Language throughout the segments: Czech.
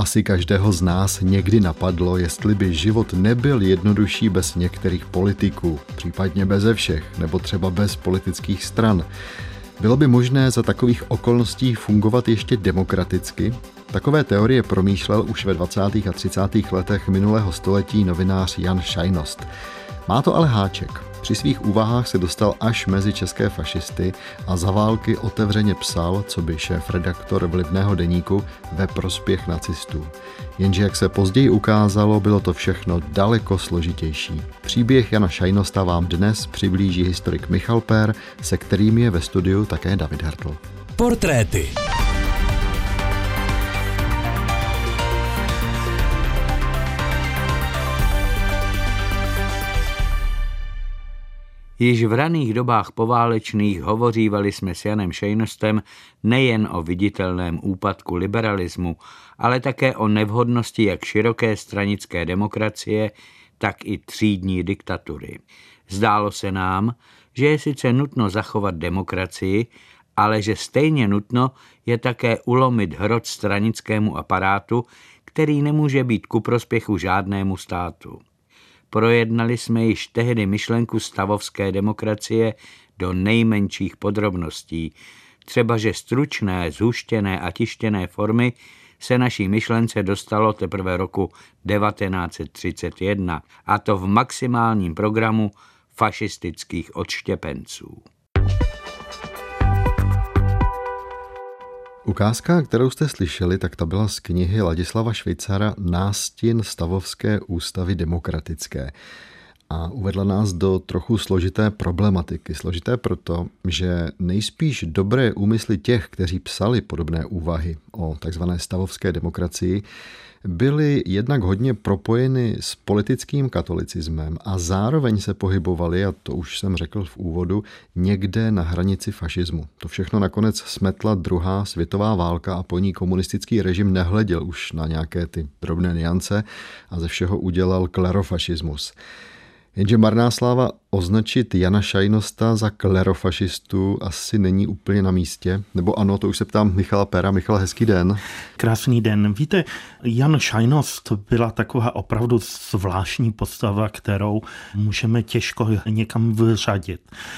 Asi každého z nás někdy napadlo, jestli by život nebyl jednodušší bez některých politiků, případně beze všech, nebo třeba bez politických stran. Bylo by možné za takových okolností fungovat ještě demokraticky? Takové teorie promýšlel už ve 20. a 30. letech minulého století novinář Jan Šajnost. Má to ale háček. Při svých úvahách se dostal až mezi české fašisty a za války otevřeně psal, co by šéf-redaktor vlivného deníku, ve prospěch nacistů. Jenže jak se později ukázalo, bylo to všechno daleko složitější. Příběh Jana Šajnosta vám dnes přiblíží historik Michal Pér, se kterým je ve studiu také David Hertl. Portréty. Již v raných dobách poválečných hovořívali jsme s Janem Šajnostem nejen o viditelném úpadku liberalismu, ale také o nevhodnosti jak široké stranické demokracie, tak i třídní diktatury. Zdálo se nám, že je sice nutno zachovat demokracii, ale že stejně nutno je také ulomit hrot stranickému aparátu, který nemůže být ku prospěchu žádnému státu. Projednali jsme již tehdy myšlenku stavovské demokracie do nejmenších podrobností, třeba že stručné, zhuštěné a tištěné formy se naší myšlence dostalo teprve roku 1931, a to v maximálním programu fašistických odštěpenců. Ukázka, kterou jste slyšeli, tak ta byla z knihy Ladislava Švejcara Nástin stavovské ústavy demokratické. A uvedla nás do trochu složité problematiky. Složité proto, že nejspíš dobré úmysly těch, kteří psali podobné úvahy o takzvané stavovské demokracii, byly jednak hodně propojeny s politickým katolicismem a zároveň se pohybovali, a to už jsem řekl v úvodu, někde na hranici fašismu. To všechno nakonec smetla druhá světová válka a po ní komunistický režim nehleděl už na nějaké ty drobné niance a ze všeho udělal klerofašismus. Jenže marná sláva označit Jana Šajnosta za klerofašistu asi není úplně na místě. Nebo ano, to už se ptám Michala Péra. Michal, hezký den. Krásný den. Víte, Jan Šajnost byla taková opravdu zvláštní postava, kterou můžeme těžko někam vyřadit.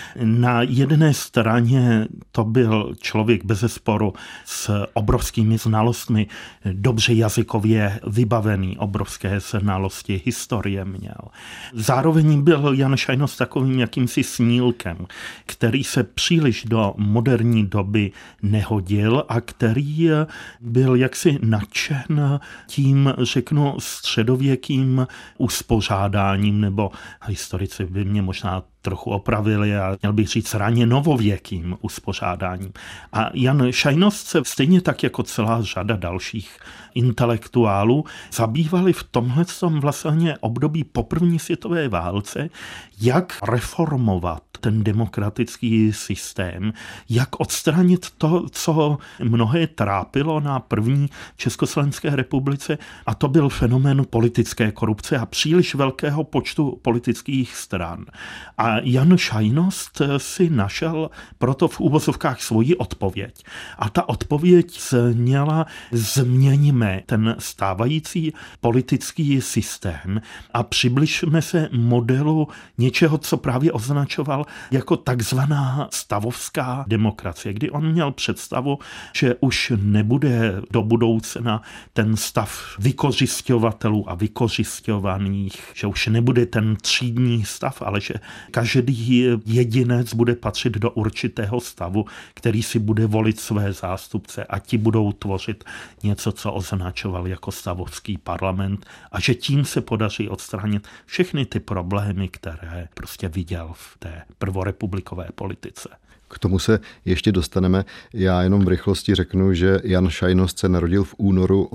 Na jedné straně to byl člověk bezesporu s obrovskými znalostmi, dobře jazykově vybavený, obrovské znalosti historie měl. Zároveň byl Jan Šajnost takovým jakýmsi snílkem, který se příliš do moderní doby nehodil a který byl jaksi nadšen tím, řeknu, středověkým uspořádáním, nebo historici by mě možná trochu opravili a měl bych říct raně novověkým uspořádáním. A Jan Šajnost se stejně tak jako celá řada dalších intelektuálů zabývali v tomhletom vlastně období po první světové válce, jak reformovat ten demokratický systém, jak odstranit to, co mnohé trápilo na první Československé republice, a to byl fenomén politické korupce a příliš velkého počtu politických stran. A Jan Šajnost si našel proto v úvozovkách svoji odpověď. A ta odpověď zněla: změníme ten stávající politický systém a přibližme se modelu něčeho, co právě označoval jako takzvaná stavovská demokracie, kdy on měl představu, že už nebude do budoucna ten stav vykořisťovatelů a vykořisťovaných, že už nebude ten třídní stav, ale že každý jedinec bude patřit do určitého stavu, který si bude volit své zástupce a ti budou tvořit něco, co označoval jako stavovský parlament, a že tím se podaří odstranit všechny ty problémy, které prostě viděl v té prvorepublikové politice. K tomu se ještě dostaneme. Já jenom v rychlosti řeknu, že Jan Šajnost se narodil v únoru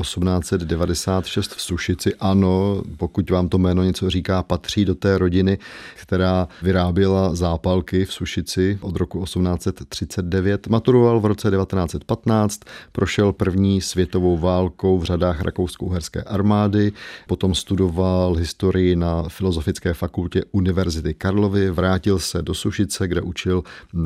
1896 v Sušici. Ano, pokud vám to jméno něco říká, patří do té rodiny, která vyráběla zápalky v Sušici od roku 1839. Maturoval v roce 1915, prošel první světovou válkou v řadách rakousko-uherské armády, potom studoval historii na Filozofické fakultě Univerzity Karlovy, vrátil se do Sušice, kde učil na gymnáziu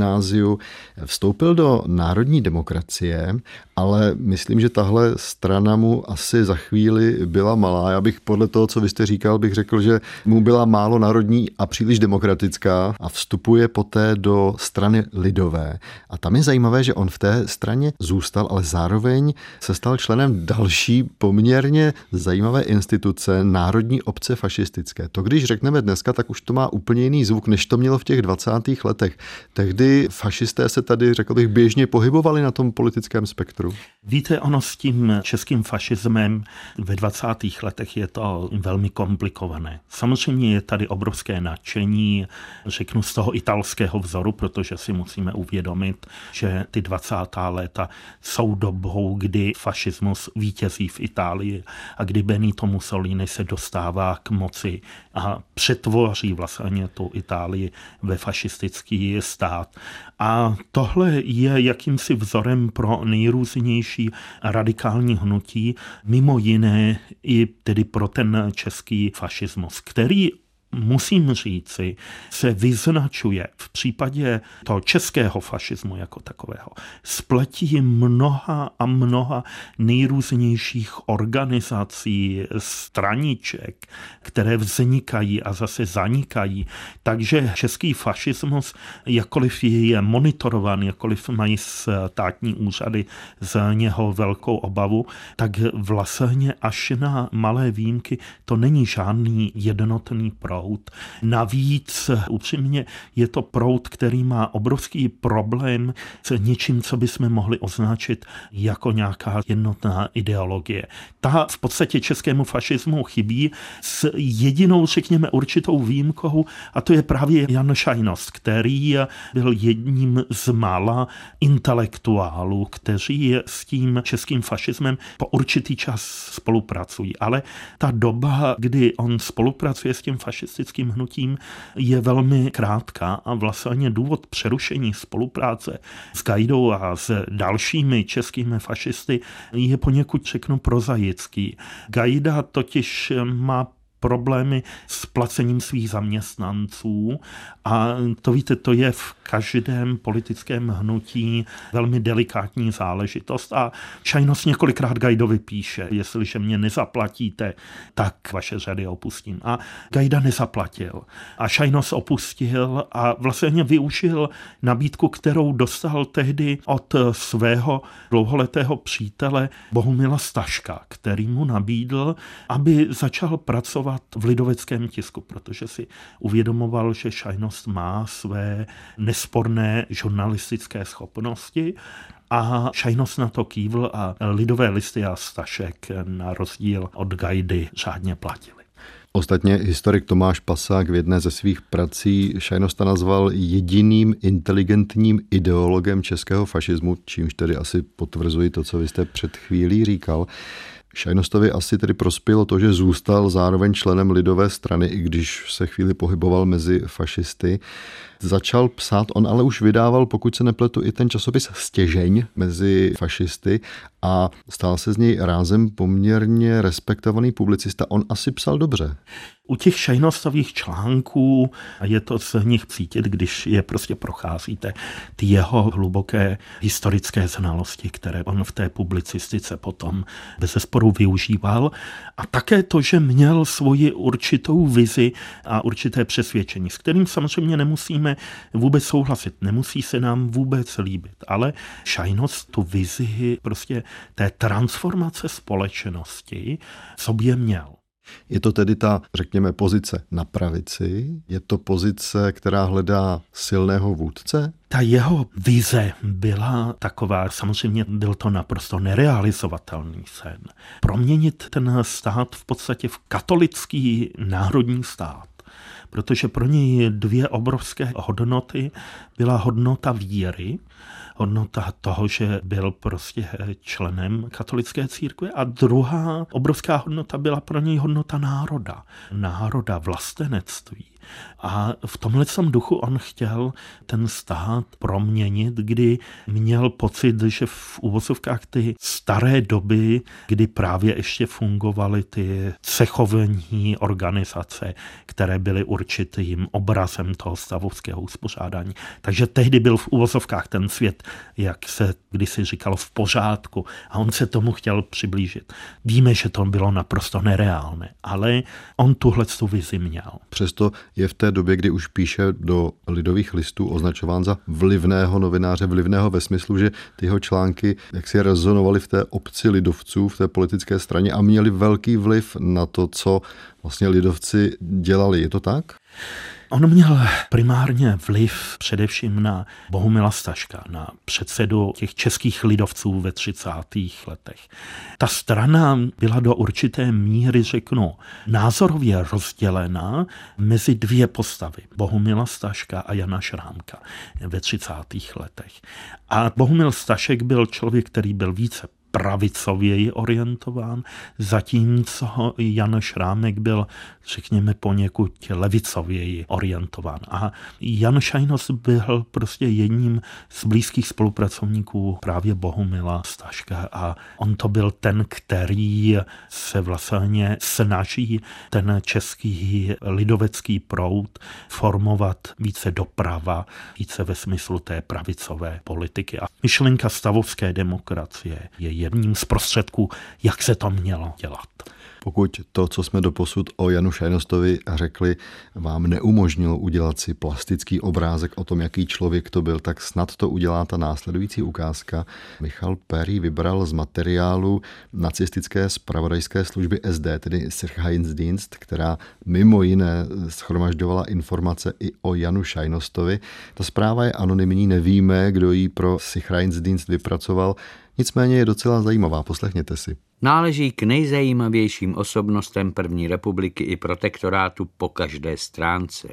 gymnáziu, vstoupil do národní demokracie, ale myslím, že tahle strana mu asi za chvíli byla malá. Já bych podle toho, co vy jste říkal, bych řekl, že mu byla málo národní a příliš demokratická a vstupuje poté do strany lidové. A tam je zajímavé, že on v té straně zůstal, ale zároveň se stal členem další poměrně zajímavé instituce, Národní obce fašistické. To, když řekneme dneska, tak už to má úplně jiný zvuk, než to mělo v těch 20. letech. Tehdy fašisté se tady, řekl bych, běžně pohybovali na tom politickém spektru. Víte, ono s tím českým fašismem ve 20. letech je to velmi komplikované. Samozřejmě je tady obrovské nadšení, řeknu z toho italského vzoru, protože si musíme uvědomit, že ty 20. léta jsou dobou, kdy fašismus vítězí v Itálii a kdy Benito Mussolini se dostává k moci a přetvoří vlastně tu Itálii ve fašistický stát. A tohle je jakýmsi vzorem pro nejrůznější radikální hnutí, mimo jiné i tedy pro ten český fašismus, který, musím říci, se vyznačuje v případě toho českého fašismu jako takového spletí mnoha a mnoha nejrůznějších organizací, straniček, které vznikají a zase zanikají. Takže český fašismus, jakkoliv je monitorován, jakkoliv mají státní úřady z něho velkou obavu, tak vlastně až na malé výjimky to není žádný jednotný proud. Navíc upřímně je to proud, který má obrovský problém s něčím, co bychom mohli označit jako nějaká jednotná ideologie. Ta v podstatě českému fašismu chybí s jedinou, řekněme, určitou výjimkou, a to je právě Jan Šajnost, který byl jedním z mála intelektuálů, kteří s tím českým fašismem po určitý čas spolupracují. Ale ta doba, kdy on spolupracuje s tím fašistickým hnutím, je velmi krátká a vlastně důvod přerušení spolupráce s Gajdou a s dalšími českými fašisty je poněkud, řeknu, prozaický. Gajda totiž má problémy s placením svých zaměstnanců a to víte, to je v každém politickém hnutí velmi delikátní záležitost a Šajnost několikrát Gajdovi píše, jestliže mě nezaplatíte, tak vaše řady opustím. A Gajda nezaplatil a Šajnost opustil a vlastně využil nabídku, kterou dostal tehdy od svého dlouholetého přítele Bohumila Staška, který mu nabídl, aby začal pracovat v lidoveckém tisku, protože si uvědomoval, že Šajnost má své nesporné žurnalistické schopnosti a Šajnost na to kývl a Lidové listy a Stašek na rozdíl od Gajdy řádně platili. Ostatně historik Tomáš Pasák v jedné ze svých prací Šajnosta nazval jediným inteligentním ideologem českého fašismu, čímž tedy asi potvrzuji to, co vy jste před chvílí říkal. Šajnostovi asi tedy prospělo to, že zůstal zároveň členem lidové strany, i když se chvíli pohyboval mezi fašisty. Začal psát, on ale už vydával, pokud se nepletu, i ten časopis Stěžeň mezi fašisty a stal se z něj rázem poměrně respektovaný publicista. On asi psal dobře. U těch Šajnostových článků je to z nich cítit, když je prostě procházíte, ty jeho hluboké historické znalosti, které on v té publicistice potom bezesporu využíval. A také to, že měl svoji určitou vizi a určité přesvědčení, s kterým samozřejmě nemusíme vůbec souhlasit, nemusí se nám vůbec líbit, ale Šajnost tu vizi prostě té transformace společnosti v sobě měl. Je to tedy ta, řekněme, pozice na pravici? Je to pozice, která hledá silného vůdce? Ta jeho vize byla taková, samozřejmě byl to naprosto nerealizovatelný sen. Proměnit ten stát v podstatě v katolický národní stát. Protože pro něj dvě obrovské hodnoty byla hodnota víry Hodnota toho, že byl prostě členem katolické církve, a druhá obrovská hodnota byla pro něj hodnota národa, vlastenectví. A v tomhle duchu on chtěl ten stát proměnit, kdy měl pocit, že v uvozovkách ty staré doby, kdy právě ještě fungovaly ty cechovní organizace, které byly určitým obrazem toho stavovského uspořádání. Takže tehdy byl v uvozovkách ten svět, jak se kdysi říkalo, v pořádku, a on se tomu chtěl přiblížit. Víme, že to bylo naprosto nereálné, ale on tuhletu vizi měl. Přesto je v té době, kdy už píše do Lidových listů, označován za vlivného novináře, vlivného ve smyslu, že ty jeho články jaksi rezonovaly v té obci lidovců, v té politické straně a měly velký vliv na to, co vlastně lidovci dělali. Je to tak? On měl primárně vliv především na Bohumila Staška, na předsedu těch českých lidovců ve 30. letech. Ta strana byla do určité míry, řeknu, názorově rozdělena mezi dvě postavy, Bohumila Staška a Jana Šrámka ve 30. letech. A Bohumil Stašek byl člověk, který byl více pravicověji orientován, zatímco Jan Šrámek byl, řekněme, poněkud levicověji orientován. A Jan Šajnos byl prostě jedním z blízkých spolupracovníků právě Bohumila Staška a on to byl ten, který se vlastně snaží ten český lidovecký proud formovat více doprava, více ve smyslu té pravicové politiky. A myšlenka stavovské demokracie je jedním z prostředků, jak se to mělo dělat. Pokud to, co jsme doposud o Janu Šajnostovi řekli, vám neumožnilo udělat si plastický obrázek o tom, jaký člověk to byl, tak snad to udělá ta následující ukázka. Michal Per vybral z materiálu nacistické zpravodajské služby SD, tedy Sicherheitsdienst, která mimo jiné shromažďovala informace i o Janu Šajnostovi. Ta zpráva je anonymní, nevíme, kdo ji pro Sicherheitsdienst vypracoval, nicméně je docela zajímavá, poslechněte si. Náleží k nejzajímavějším osobnostem první republiky i protektorátu po každé stránce.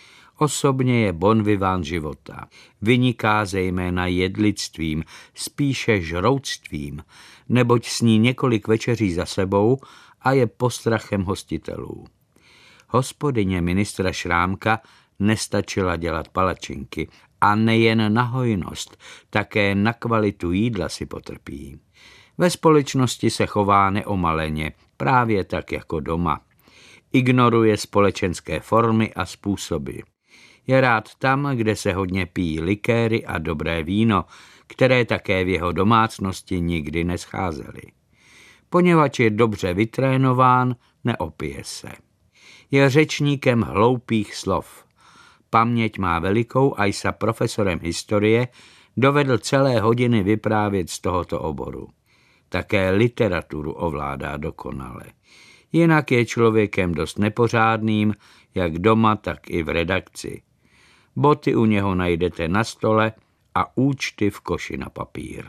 Osobně je bon vivant života. Vyniká zejména jedlictvím, spíše žrouctvím, neboť sní několik večeří za sebou a je postrachem hostitelů. Hospodyně ministra Šrámka nestačila dělat palačinky a nejen na hojnost, také na kvalitu jídla si potrpí. Ve společnosti se chová neomaleně, právě tak jako doma. Ignoruje společenské formy a způsoby. Je rád tam, kde se hodně pijí likéry a dobré víno, které také v jeho domácnosti nikdy nescházely. Poněvadž je dobře vytrénován, neopije se. Je řečníkem hloupých slov. Paměť má velikou a sa profesorem historie dovedl celé hodiny vyprávět z tohoto oboru. Také literaturu ovládá dokonale. Jinak je člověkem dost nepořádným, jak doma, tak i v redakci. Boty u něho najdete na stole a účty v koši na papír.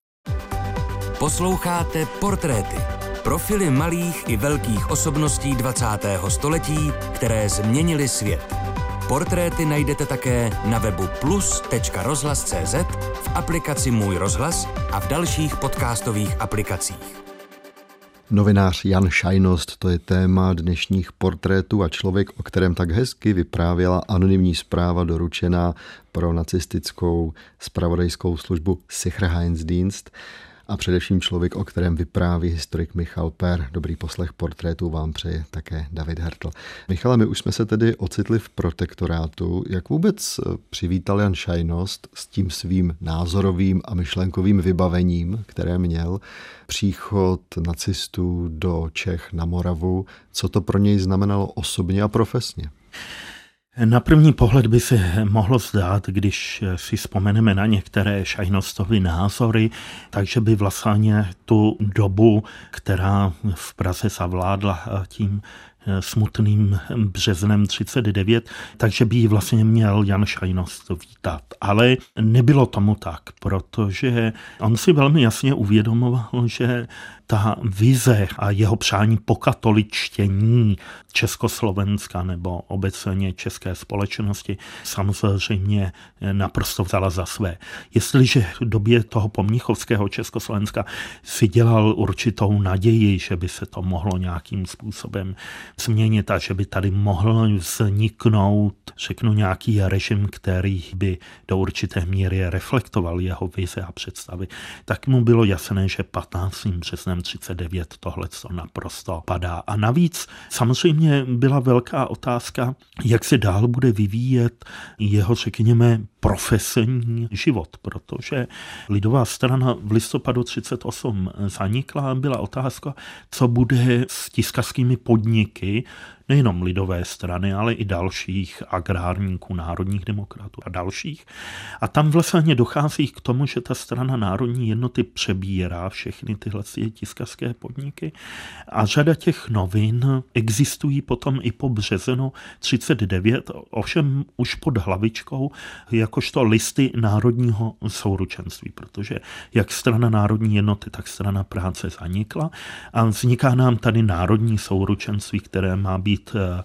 Posloucháte Portréty. Profily malých i velkých osobností 20. století, které změnily svět. Portréty najdete také na webu plus.rozhlas.cz, v aplikaci Můj rozhlas a v dalších podcastových aplikacích. Novinář Jan Šajnost, to je téma dnešních portrétů a člověk, o kterém tak hezky vyprávěla anonymní zpráva doručená pro nacistickou zpravodajskou službu Sicherheitsdienst a především člověk, o kterém vypráví historik Michal Per. Dobrý poslech portrétů vám přeje také David Hertl. Michale, my už jsme se tedy ocitli v protektorátu. Jak vůbec přivítal Jan Šajnost s tím svým názorovým a myšlenkovým vybavením, které měl, příchod nacistů do Čech na Moravu? Co to pro něj znamenalo osobně a profesně? Na první pohled by se mohlo zdát, když si vzpomeneme na některé Šajnostovy názory, takže by vlastně tu dobu, která v Praze zavládla tím smutným březnem 39, takže by ji vlastně měl Jan Šajnost vítat. Ale nebylo tomu tak, protože on si velmi jasně uvědomoval, že ta vize a jeho přání pokatoličtění Československa nebo obecně české společnosti samozřejmě naprosto vzala za své. Jestliže v době toho pomnichovského Československa si dělal určitou naději, že by se to mohlo nějakým způsobem změnit a že by tady mohl vzniknout, řeknu, nějaký režim, který by do určité míry reflektoval jeho vize a představy, tak mu bylo jasné, že 15. březnem 39 tohle naprosto padá. A navíc samozřejmě byla velká otázka, jak se dál bude vyvíjet jeho, řekněme, profesní život, protože lidová strana v listopadu 38 zanikla a byla otázka, co bude s tiskařskými podniky, nejenom lidové strany, ale i dalších agrárníků, národních demokratů a dalších. A tam vlastně dochází k tomu, že ta strana Národní jednoty přebírá všechny tyhle tiskařské podniky a řada těch novin existují potom i po březnu 39, ovšem už pod hlavičkou jakožto listy Národního souručenství, protože jak strana Národní jednoty, tak strana práce zanikla a vzniká nám tady Národní souručenství, které má být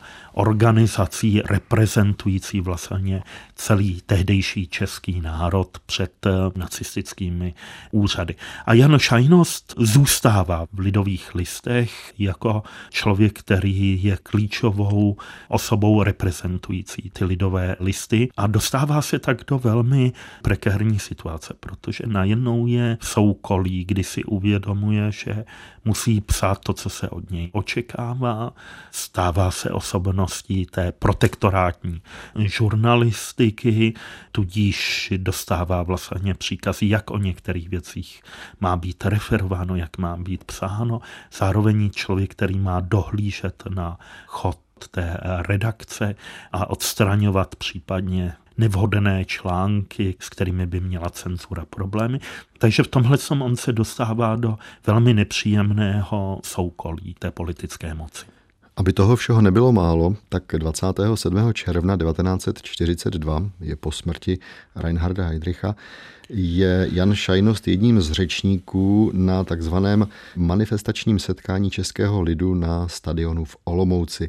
organizací reprezentující vlastně celý tehdejší český národ před nacistickými úřady. A Jan Šajnost zůstává v Lidových listech jako člověk, který je klíčovou osobou reprezentující ty Lidové listy a dostává se tak do velmi prekérní situace, protože najednou je v soukolí, kdy si uvědomuje, že musí psát to, co se od něj očekává, stává se osobností té protektorátní žurnalistiky, tudíž dostává vlastně příkazy, jak o některých věcích má být referováno, jak má být psáno. Zároveň člověk, který má dohlížet na chod té redakce a odstraňovat případně nevhodné články, s kterými by měla cenzura problémy. Takže v tomhle on se dostává do velmi nepříjemného soukolí té politické moci. Aby toho všeho nebylo málo, tak 27. června 1942 je po smrti Reinharda Heydricha je Jan Šajnost jedním z řečníků na takzvaném manifestačním setkání českého lidu na stadionu v Olomouci.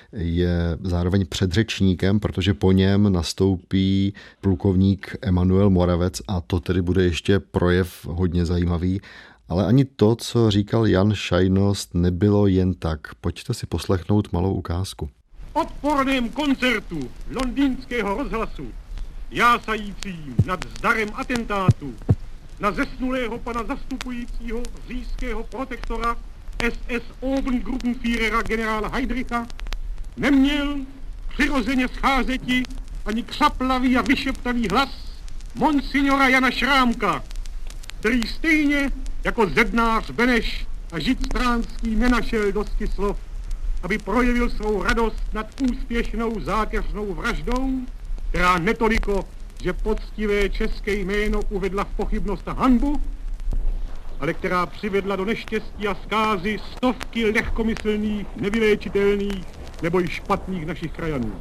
Je zároveň předřečníkem, protože po něm nastoupí plukovník Emanuel Moravec a to tedy bude ještě projev hodně zajímavý. Ale ani to, co říkal Jan Šajnost, nebylo jen tak. Pojďte si poslechnout malou ukázku. Odporném koncertu londýnského rozhlasu, jásajícím nad zdarem atentátu na zesnulého pana zastupujícího říšského protektora SS Obergruppenführera generála Heydricha, neměl přirozeně scházeti ani křaplavý a vyšeptavý hlas monsignora Jana Šrámka, který stejně jako zednář Beneš a žid stránský nenašel dosti slov, aby projevil svou radost nad úspěšnou zákeřnou vraždou, která netoliko, že poctivé české jméno uvedla v pochybnost a hanbu, ale která přivedla do neštěstí a zkázy stovky lehkomyslných, nevyléčitelných nebo i špatných našich krajanů.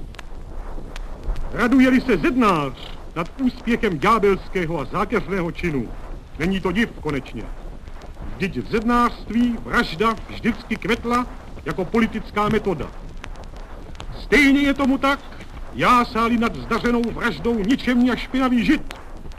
Raduje-li se zednář nad úspěchem ďábelského a zákeřného činu, není to div konečně. Vždyť v zednářství vražda vždycky kvetla jako politická metoda. Stejně je tomu tak, jásáli nad zdařenou vraždou ničemný a špinavý žid.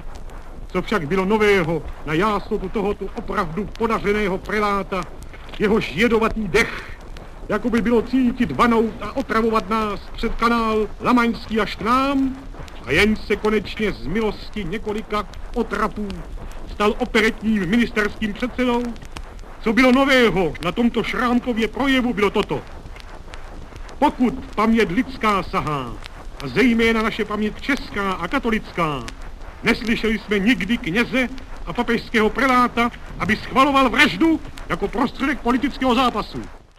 Co však bylo nového na jásotu tohoto opravdu podařeného preláta, jehož jedovatý dech, jako by bylo cítit vanout a otravovat nás před kanál Lamaňský až k nám, a jen se konečně z milosti několika otrapů stal operetním ministerským předsedou. Co bylo nového na tomto Šrámkově projevu, bylo toto. Pokud paměť lidská sahá, a zejména naše paměť česká a katolická, neslyšeli jsme nikdy kněze a papežského preláta, aby schvaloval vraždu jako prostředek politického zápasu.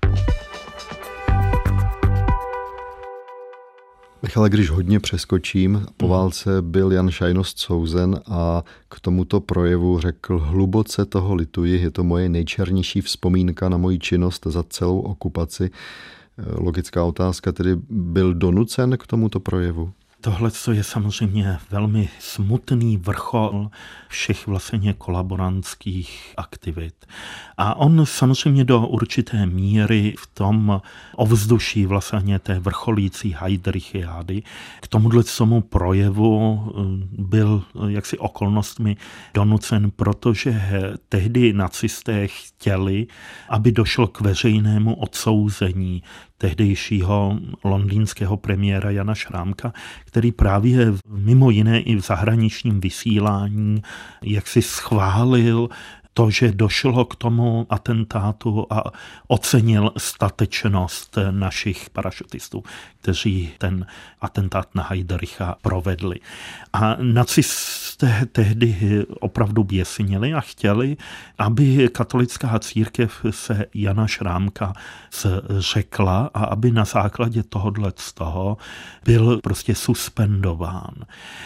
Michale, když hodně přeskočím, po válce byl Jan Šajnost souzen a k tomuto projevu řekl: hluboce toho lituji, je to moje nejčernější vzpomínka na moji činnost za celou okupaci. Logická otázka, tedy byl donucen k tomuto projevu? Tohle je samozřejmě velmi smutný vrchol všech vlastně kolaborantských aktivit. A on samozřejmě do určité míry v tom ovzduší vlastně té vrcholící Heydrichiády k tomuto projevu byl jaksi okolnostmi donucen, protože tehdy nacisté chtěli, aby došlo k veřejnému odsouzení tehdejšího londýnského premiéra Jana Šrámka, který právě mimo jiné i v zahraničním vysílání jaksi schválil to, že došlo k tomu atentátu a ocenil statečnost našich parašutistů, kteří ten atentát na Heydricha provedli. A nacisté tehdy opravdu běsnili a chtěli, aby katolická církev se Jana Šrámka zřekla a aby na základě tohoto byl prostě suspendován.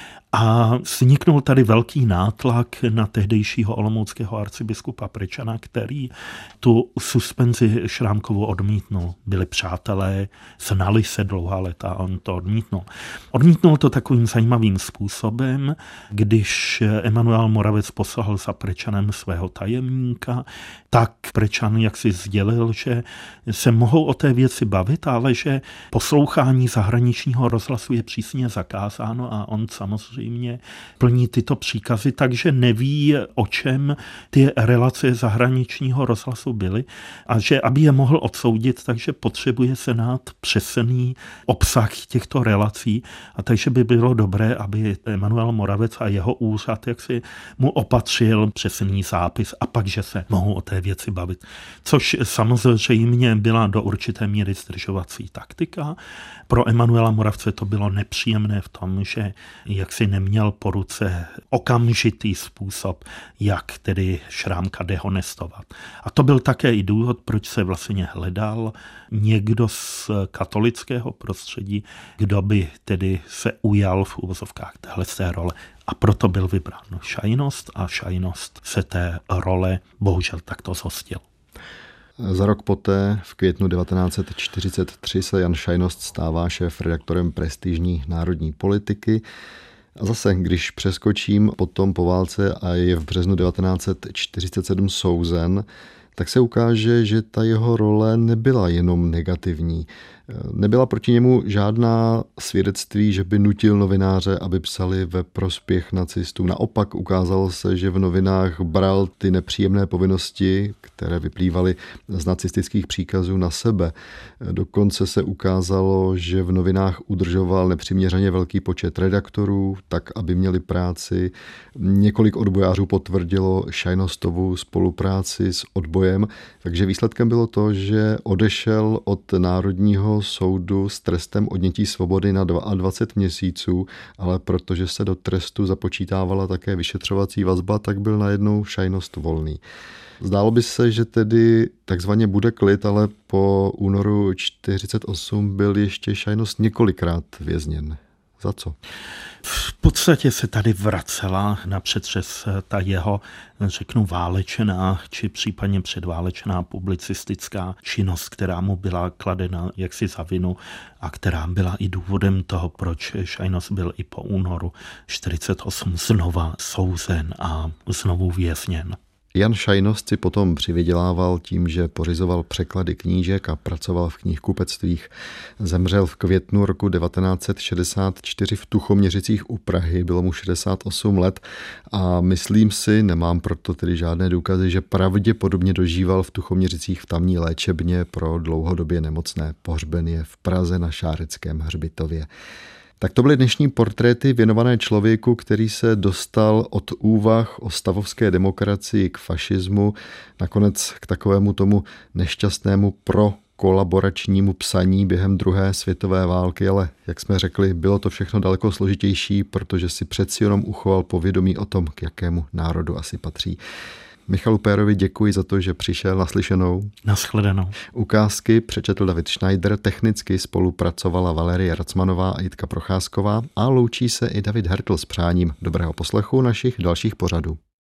A vzniknul tady velký nátlak na tehdejšího olomouckého arcibiskupa Prečana, který tu suspenzi Šrámkovu odmítnul. Byli přátelé, znali se dlouhá léta a on to odmítnul. Odmítnul to takovým zajímavým způsobem, když Emanuel Moravec poslal za Prečanem svého tajemníka, tak Prečan jaksi sdělil, že se mohou o té věci bavit, ale že poslouchání zahraničního rozhlasu je přísně zakázáno a on samozřejmě plní tyto příkazy, takže neví, o čem ty relace zahraničního rozhlasu byly a že aby je mohl odsoudit, takže potřebuje Senát přesný obsah těchto relací a takže by bylo dobré, aby Emanuel Moravec a jeho úřad jaksi mu opatřil přesný zápis a pak, že se mohou o té věci bavit. Což samozřejmě byla do určité míry zdržovací taktika. Pro Emanuela Moravce to bylo nepříjemné v tom, že jaksi neměl po ruce okamžitý způsob, jak tedy Šrámka dehonestovat. A to byl také i důvod, proč se vlastně hledal někdo z katolického prostředí, kdo by tedy se ujal v uvozovkách téhle role. A proto byl vybrán Šajnost a Šajnost se té role bohužel takto zhostil. Za rok poté, v květnu 1943, se Jan Šajnost stává šéfredaktorem prestižní národní politiky. A zase, když přeskočím potom po válce a je v březnu 1947 souzen, tak se ukáže, že ta jeho role nebyla jenom negativní. Nebyla proti němu žádná svědectví, že by nutil novináře, aby psali ve prospěch nacistů. Naopak ukázalo se, že v novinách bral ty nepříjemné povinnosti, které vyplývaly z nacistických příkazů, na sebe. Dokonce se ukázalo, že v novinách udržoval nepřiměřeně velký počet redaktorů, tak aby měli práci. Několik odbojářů potvrdilo Šajnostovu spolupráci s odbojem, takže výsledkem bylo to, že odešel od Národního soudu s trestem odnětí svobody na 22 měsíců, ale protože se do trestu započítávala také vyšetřovací vazba, tak byl najednou Šajnost volný. Zdálo by se, že tedy takzvaně bude klid, ale po únoru 1948 byl ještě Šajnost několikrát vězněn. Za co? V podstatě se tady vracela na přetřes ta jeho, řeknu, válečná či případně předválečná publicistická činnost, která mu byla kladena jaksi za vinu a která byla i důvodem toho, proč Šajnost byl i po únoru 1948 znova souzen a znovu vězněn. Jan Šajnost si potom přivydělával tím, že pořizoval překlady knížek a pracoval v knihkupectvích. Zemřel v květnu roku 1964 v Tuchoměřicích u Prahy, bylo mu 68 let a myslím si, nemám proto tedy žádné důkazy, že pravděpodobně dožíval v Tuchoměřicích v tamní léčebně pro dlouhodobě nemocné. Pohřben je v Praze na Šáreckém hřbitově. Tak to byly dnešní portréty věnované člověku, který se dostal od úvah o stavovské demokracii k fašismu, nakonec k takovému tomu nešťastnému kolaboračnímu psaní během druhé světové války, ale jak jsme řekli, bylo to všechno daleko složitější, protože si přeci jenom uchoval povědomí o tom, k jakému národu asi patří. Michalu Pérovi děkuji za to, že přišel. Naslyšenou. Nashledanou. Ukázky přečetl David Schneider, technicky spolupracovala Valerie Racmanová a Jitka Procházková a loučí se i David Hertl s přáním dobrého poslechu našich dalších pořadů.